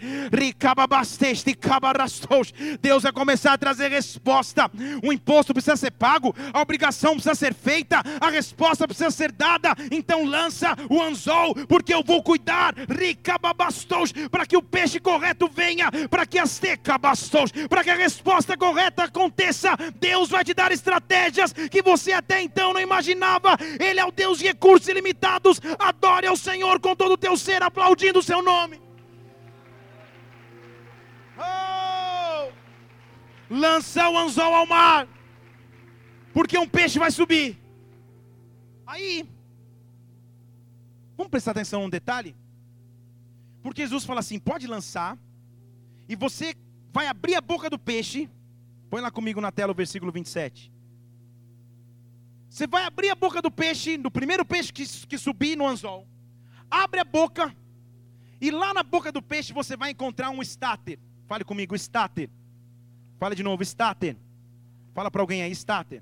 Deus vai começar a trazer resposta. O imposto precisa ser pago. A obrigação precisa ser feita. A resposta precisa ser dada. Então lança o anzol, porque eu vou cuidar. Para que o peixe correto venha, para que para que a resposta correta aconteça. Deus vai te dar estratégias que você até então não imaginava. Ele é o Deus de recursos ilimitados. Adore ao Senhor com todo o teu ser, aplaudindo o seu nome. Oh! Lança o anzol ao mar, porque um peixe vai subir. Aí, vamos prestar atenção num detalhe. Porque Jesus fala assim, pode lançar, e você vai abrir a boca do peixe. Põe lá comigo na tela o versículo 27. Você vai abrir a boca do peixe, no primeiro peixe que subir no anzol. Abre a boca, e lá na boca do peixe você vai encontrar um estáter. Fale comigo, estáter. Fale de novo, estáter. Fala para alguém aí, estáter.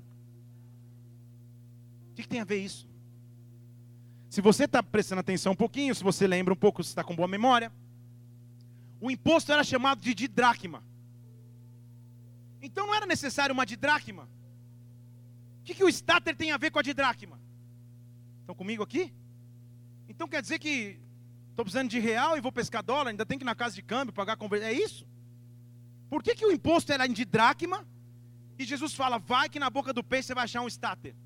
O que tem a ver isso? Se você está prestando atenção um pouquinho, se você lembra um pouco, se está com boa memória, o imposto era chamado de didracma. Então não era necessário uma didracma. O que o estáter tem a ver com a didracma? Estão comigo aqui? Então quer dizer que estou precisando de real e vou pescar dólar, ainda tem que ir na casa de câmbio, pagar conversão. É isso? Por que o imposto era em didracma? E Jesus fala, vai que na boca do peixe você vai achar um estáter.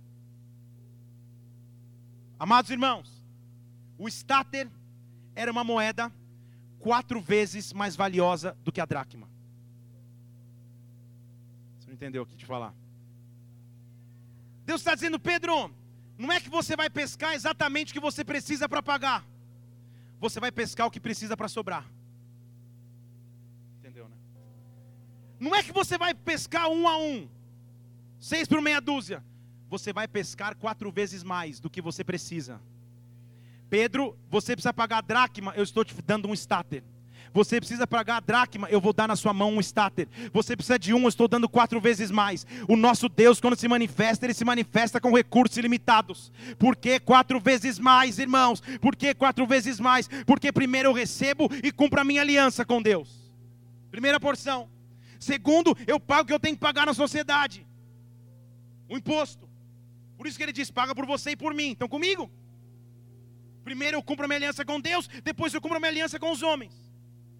Amados irmãos, o estáter era uma moeda 4 vezes mais valiosa do que a dracma. Você não entendeu o que te falar? Deus está dizendo, Pedro, não é que você vai pescar exatamente o que você precisa para pagar. Você vai pescar o que precisa para sobrar. Entendeu, né? Não é que você vai pescar 1 a 1, 6 por meia dúzia. Você vai pescar 4 vezes mais do que você precisa. Pedro, você precisa pagar a dracma, eu estou te dando um estáter. Você precisa pagar a dracma, eu vou dar na sua mão um estáter. Você precisa de eu estou dando 4 vezes mais. O nosso Deus, quando se manifesta, Ele se manifesta com recursos ilimitados. Por que 4 vezes mais, irmãos? Por que 4 vezes mais? Porque primeiro eu recebo e cumpro a minha aliança com Deus. Primeira porção. Segundo, eu pago o que eu tenho que pagar na sociedade. O imposto. Por isso que Ele diz, paga por você e por mim. Estão comigo? Primeiro eu cumpro a minha aliança com Deus, depois eu cumpro a minha aliança com os homens.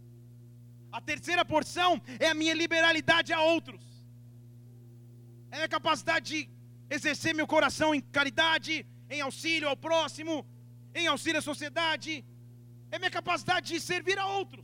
A terceira porção é a minha liberalidade a outros. É a minha capacidade de exercer meu coração em caridade, em auxílio ao próximo, em auxílio à sociedade. É a minha capacidade de servir a outros.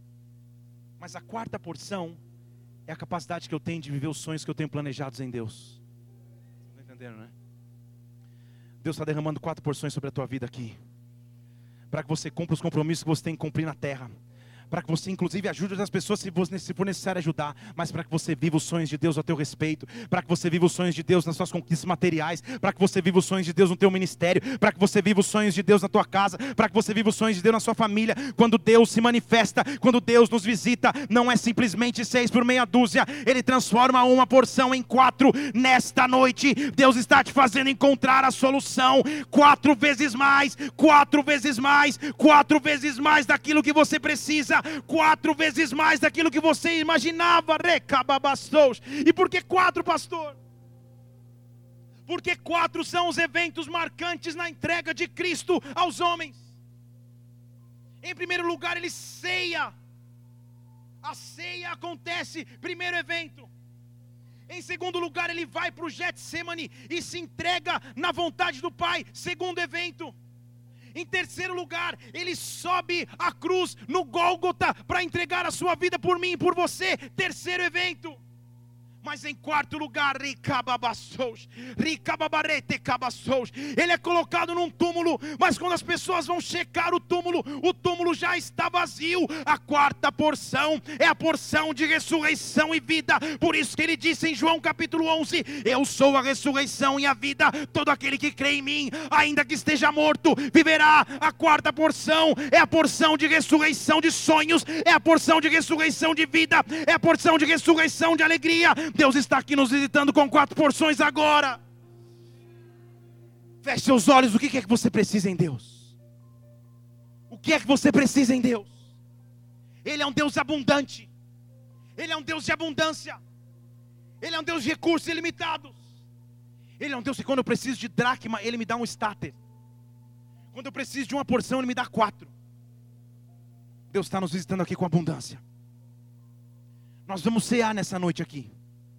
Mas a quarta porção é a capacidade que eu tenho de viver os sonhos que eu tenho planejados em Deus. Estão entendendo, né? Deus está derramando 4 porções sobre a tua vida aqui, para que você cumpra os compromissos que você tem que cumprir na terra. Para que você inclusive ajude outras pessoas se for necessário ajudar. Mas para que você viva os sonhos de Deus a teu respeito. Para que você viva os sonhos de Deus nas suas conquistas materiais. Para que você viva os sonhos de Deus no teu ministério. Para que você viva os sonhos de Deus na tua casa. Para que você viva os sonhos de Deus na sua família. Quando Deus se manifesta, quando Deus nos visita, não é simplesmente 6 por meia dúzia. Ele transforma uma porção em 4. Nesta noite, Deus está te fazendo encontrar a solução. 4 vezes mais, 4 vezes mais, 4 vezes mais daquilo que você precisa. 4 vezes mais daquilo que você imaginava. E por que 4, pastor? Porque 4 são os eventos marcantes na entrega de Cristo aos homens. Em primeiro lugar, Ele ceia. A ceia acontece, primeiro evento. Em segundo lugar, Ele vai para o Getsemane e se entrega na vontade do Pai, segundo evento. Em terceiro lugar, Ele sobe a cruz no Gólgota para entregar a sua vida por mim e por você. Terceiro evento. Mas em quarto lugar, Ele é colocado num túmulo. Mas quando as pessoas vão checar o túmulo já está vazio. A quarta porção é a porção de ressurreição e vida. Por isso que Ele disse em João capítulo 11: eu sou a ressurreição e a vida. Todo aquele que crê em mim, ainda que esteja morto, viverá. A quarta porção é a porção de ressurreição de sonhos. É a porção de ressurreição de vida. É a porção de ressurreição de alegria. Deus está aqui nos visitando com 4 porções agora. Feche seus olhos. O que é que você precisa em Deus? O que é que você precisa em Deus? Ele é um Deus abundante. Ele é um Deus de abundância. Ele é um Deus de recursos ilimitados. Ele é um Deus que quando eu preciso de dracma, Ele me dá um estáter. Quando eu preciso de uma porção, Ele me dá 4. Deus está nos visitando aqui com abundância. Nós vamos cear nessa noite aqui.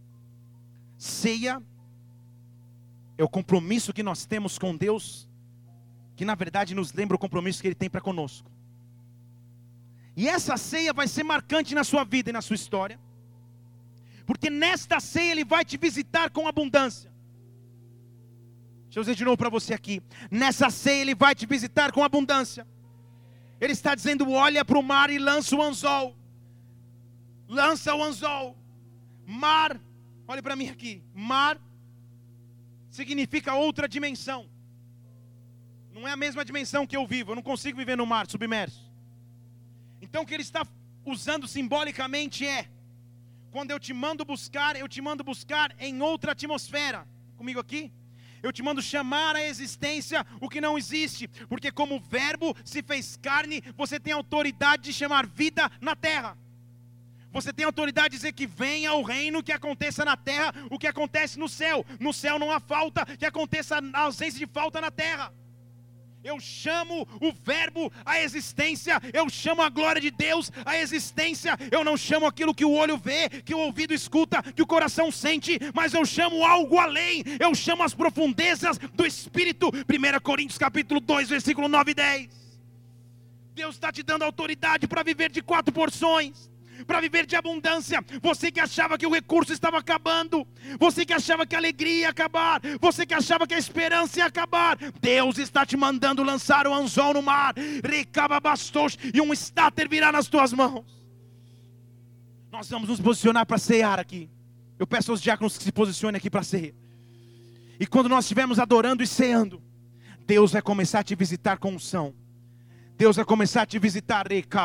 Ceia é o compromisso que nós temos com Deus, que na verdade nos lembra o compromisso que Ele tem para conosco. E essa ceia vai ser marcante na sua vida e na sua história, porque nesta ceia Ele vai te visitar com abundância. Deixa eu dizer de novo para você aqui. Nessa ceia Ele vai te visitar com abundância. Ele está dizendo: olha para o mar e lança o anzol. Lança o anzol. Mar, olha para mim aqui. Mar significa outra dimensão. Não é a mesma dimensão que eu vivo. Eu não consigo viver no mar submerso. Então o que Ele está usando simbolicamente é: quando eu te mando buscar em outra atmosfera. Comigo aqui? Eu te mando chamar à existência o que não existe. Porque como o verbo se fez carne, você tem autoridade de chamar vida na terra. Você tem autoridade de dizer que venha o reino, que aconteça na terra o que acontece no céu. No céu não há falta, que aconteça a ausência de falta na terra. Eu chamo o verbo à existência. Eu chamo a glória de Deus à existência. Eu não chamo aquilo que o olho vê, que o ouvido escuta, que o coração sente, mas eu chamo algo além. Eu chamo as profundezas do Espírito. 1 Coríntios capítulo 2, versículo 9 e 10. Deus está te dando autoridade para viver de 4 porções, para viver de abundância. Você que achava que o recurso estava acabando, você que achava que a alegria ia acabar, você que achava que a esperança ia acabar, Deus está te mandando lançar o anzol no mar, e um estáter virá nas tuas mãos. Nós vamos nos posicionar para cear aqui. Eu peço aos diáconos que se posicionem aqui para ceia. E quando nós estivermos adorando e ceando, Deus vai começar a te visitar com unção. Deus vai começar a te visitar.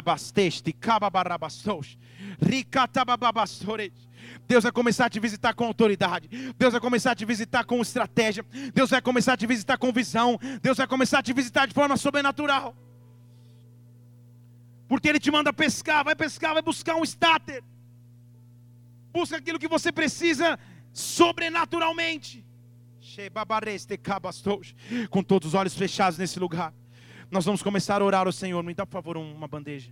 Deus vai começar a te visitar com autoridade. Deus vai começar a te visitar com estratégia. Deus vai começar a te visitar com visão. Deus vai começar a te visitar de forma sobrenatural. Porque Ele te manda pescar, vai buscar um starter. Busca aquilo que você precisa sobrenaturalmente. Com todos os olhos fechados nesse lugar, nós vamos começar a orar ao Senhor. Me dá, por favor, uma bandeja.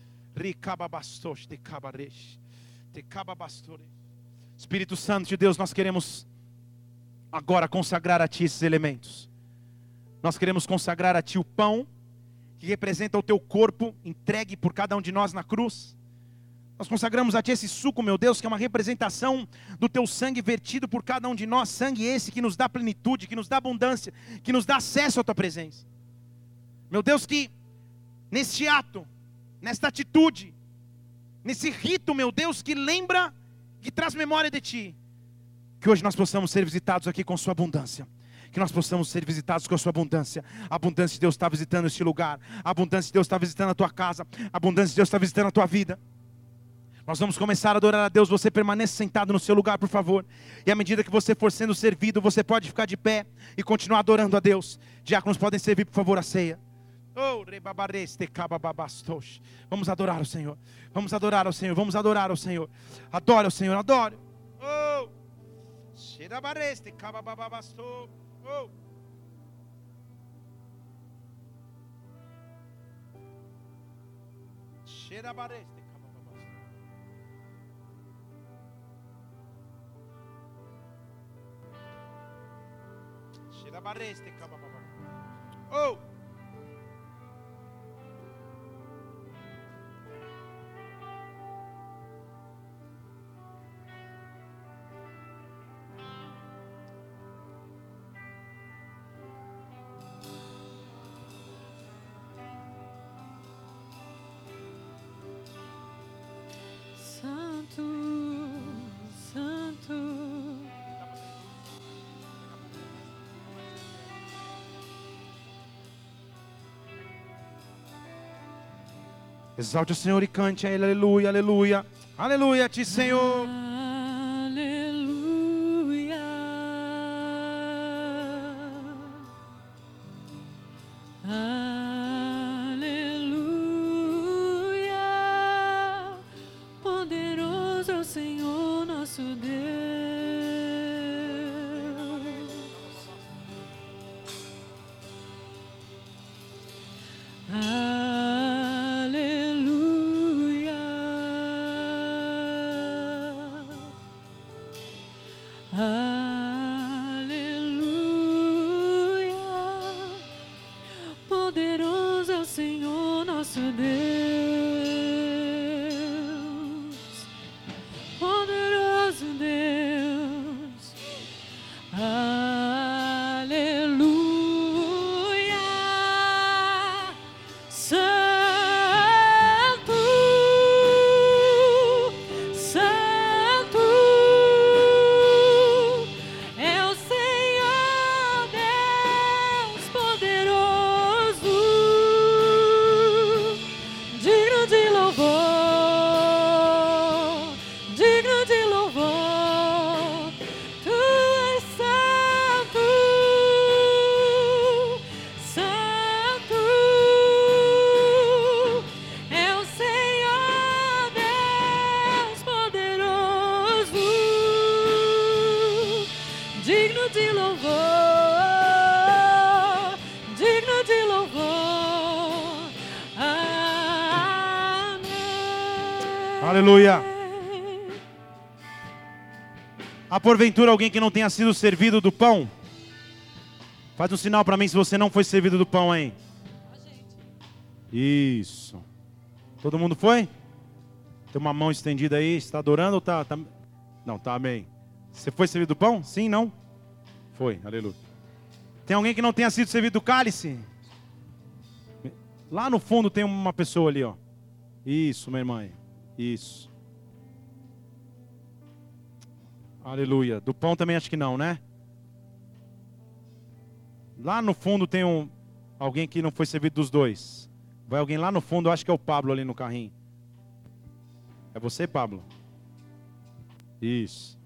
Espírito Santo de Deus, nós queremos agora consagrar a Ti esses elementos. Nós queremos consagrar a Ti o pão, que representa o Teu corpo, entregue por cada um de nós na cruz. Nós consagramos a Ti esse suco, meu Deus, que é uma representação do Teu sangue vertido por cada um de nós. Sangue esse que nos dá plenitude, que nos dá abundância, que nos dá acesso à Tua presença. Meu Deus, que neste ato, nesta atitude, nesse rito, meu Deus, que lembra, que traz memória de Ti, que hoje nós possamos ser visitados aqui com Sua abundância. Que nós possamos ser visitados com a Sua abundância. A abundância de Deus está visitando este lugar. A abundância de Deus está visitando a tua casa. A abundância de Deus está visitando a tua vida. Nós vamos começar a adorar a Deus. Você permaneça sentado no seu lugar, por favor. E à medida que você for sendo servido, você pode ficar de pé e continuar adorando a Deus. Diáconos podem servir, por favor, a ceia. Vamos adorar ao Senhor. Vamos adorar ao Senhor. Vamos adorar ao Senhor. Adore ao Senhor, adore. Oh. Oh. Santo, Santo. Exalte o Senhor e cante a Ele, aleluia, aleluia. Aleluia a Ti, Senhor. Aleluia. Aleluia. Poderoso é o Senhor nosso Deus. Aleluia, poderoso é o Senhor nosso Deus, poderoso Deus, aleluia, Santo, Santo. É o Senhor Deus poderoso, digno de louvor, digno de louvor. Tu és santo, santo. É o Senhor Deus poderoso, digno de louvor, digno de louvor. Amém. Aleluia. Há porventura alguém que não tenha sido servido do pão? Faz um sinal para mim se você não foi servido do pão aí. Isso. Todo mundo foi? Tem uma mão estendida aí. Está adorando ou tá? Não, tá, amém. Você foi servido do pão? Sim, não? Foi, aleluia. Tem alguém que não tenha sido servido do cálice? Lá no fundo tem uma pessoa ali, ó. Isso, minha irmã. Isso. Aleluia. Do pão também acho que não, né? Lá no fundo tem alguém que não foi servido dos dois. Vai alguém lá no fundo, eu acho que é o Pablo ali no carrinho. É você, Pablo? Isso.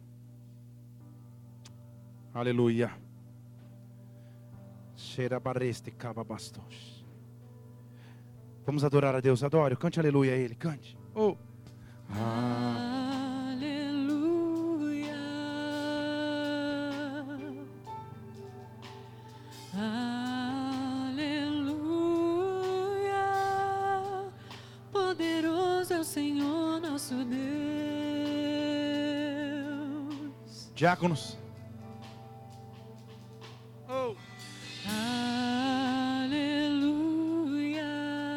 Aleluia. Cheira barreste cava bastos. Vamos adorar a Deus. Adore. Cante aleluia a Ele. Cante. Oh. Aleluia. Aleluia. Poderoso é o Senhor nosso Deus. Diáconos. Oh. Aleluia.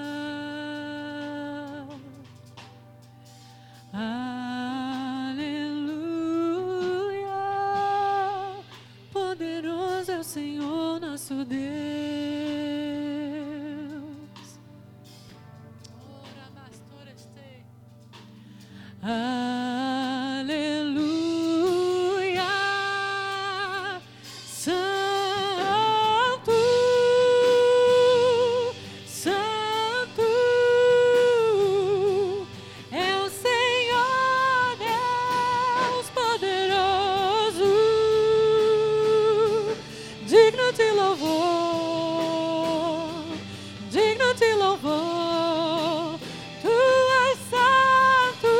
Aleluia. Poderoso é o Senhor nosso Deus. Aleluia. Santo, Santo é o Senhor Deus poderoso, digno de louvor, digno de louvor. Tu és santo,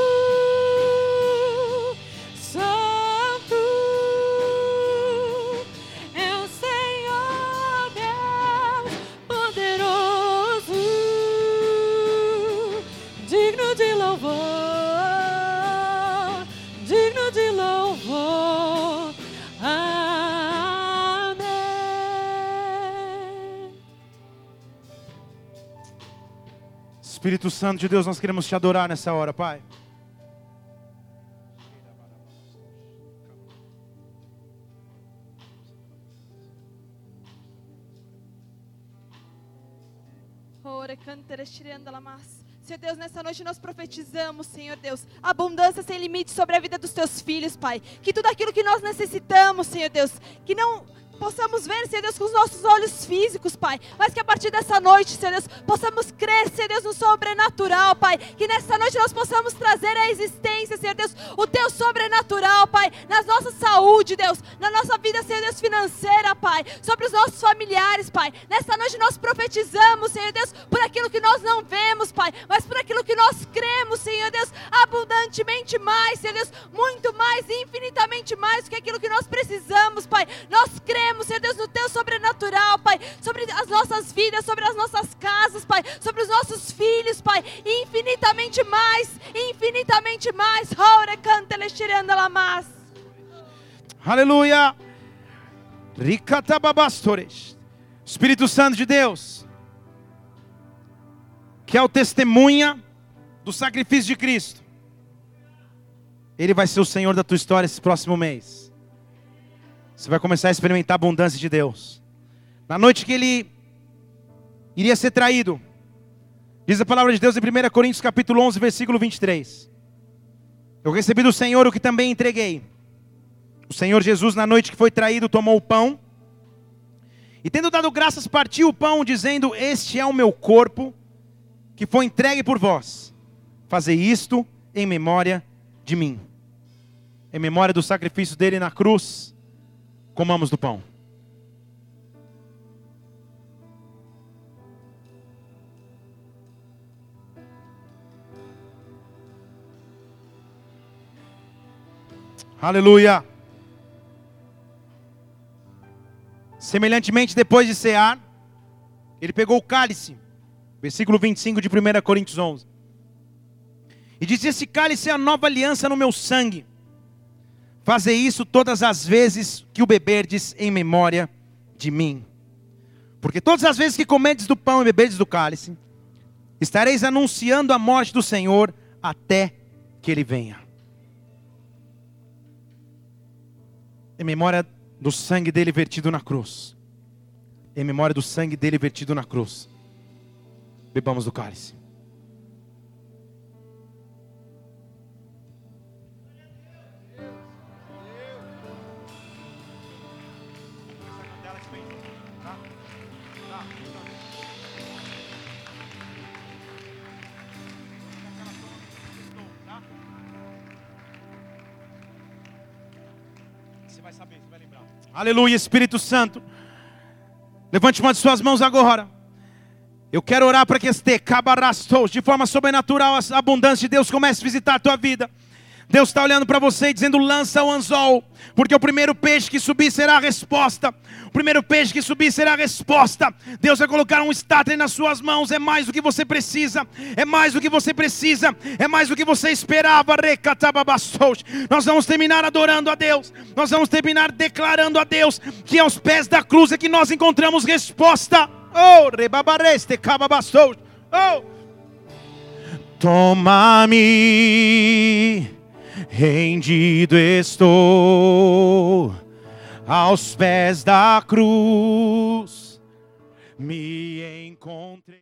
santo é o Senhor Deus poderoso, digno de louvor, digno de louvor. Amém. Espírito Santo de Deus, nós queremos te adorar nessa hora, Pai. Ora, cantere, tirando la massa. Senhor Deus, nessa noite nós profetizamos, Senhor Deus, abundância sem limite sobre a vida dos teus filhos, Pai. Que tudo aquilo que nós necessitamos, Senhor Deus, que não possamos ver, Senhor Deus, com os nossos olhos físicos, Pai, mas que a partir dessa noite, Senhor Deus, possamos crer, Senhor Deus, no sobrenatural, Pai. Que nessa noite nós possamos trazer à existência, Senhor Deus, o teu sobrenatural, Pai, na nossa saúde, Deus, na nossa vida, Senhor Deus, financeira, Pai, sobre os nossos familiares, Pai. Nessa noite nós profetizamos, Senhor Deus, por aquilo que nós não vemos, Pai, mas por aquilo que nós cremos, Senhor Deus, abundantemente mais, Senhor Deus, muito mais, infinitamente mais do que aquilo que nós precisamos, Pai. Nós cremos, Senhor Deus, no teu sobrenatural, Pai, sobre as nossas vidas, sobre as nossas casas, Pai, sobre os nossos filhos, Pai, infinitamente mais, infinitamente mais. Ora, canta, tirando la massa. Aleluia. Ricatababastores. Espírito Santo de Deus, que é o testemunha do sacrifício de Cristo. Ele vai ser o Senhor da tua história esse próximo mês. Você vai começar a experimentar a abundância de Deus. Na noite que ele iria ser traído, diz a palavra de Deus em 1 Coríntios capítulo 11, versículo 23. Eu recebi do Senhor o que também entreguei. O Senhor Jesus, na noite que foi traído, tomou o pão. E tendo dado graças, partiu o pão, dizendo: este é o meu corpo, que foi entregue por vós. Fazei isto em memória de mim. Em memória do sacrifício dele na cruz. Comamos do pão. Aleluia. Semelhantemente, depois de cear, ele pegou o cálice, versículo 25 de 1 Coríntios 11, e disse: esse cálice é a nova aliança no meu sangue. Fazei isso todas as vezes que o beberdes em memória de mim. Porque todas as vezes que comerdes do pão e beberdes do cálice, estareis anunciando a morte do Senhor até que Ele venha. Em memória do sangue dele vertido na cruz. Em memória do sangue dele vertido na cruz. Bebamos do cálice. Tá? Você vai saber, você vai lembrar. Aleluia, Espírito Santo. Levante uma de suas mãos agora. Eu quero orar para que de forma sobrenatural a abundância de Deus comece a visitar a tua vida. Deus está olhando para você e dizendo: lança o anzol, porque o primeiro peixe que subir será a resposta. O primeiro peixe que subir será a resposta. Deus vai colocar um starter nas suas mãos. É mais do que você precisa. É mais do que você precisa. É mais do que você esperava. Nós vamos terminar adorando a Deus. Nós vamos terminar declarando a Deus que aos pés da cruz é que nós encontramos resposta. Oh, rebabareste, cababastou. Oh, toma-me, rendido estou aos pés da cruz, me encontrei.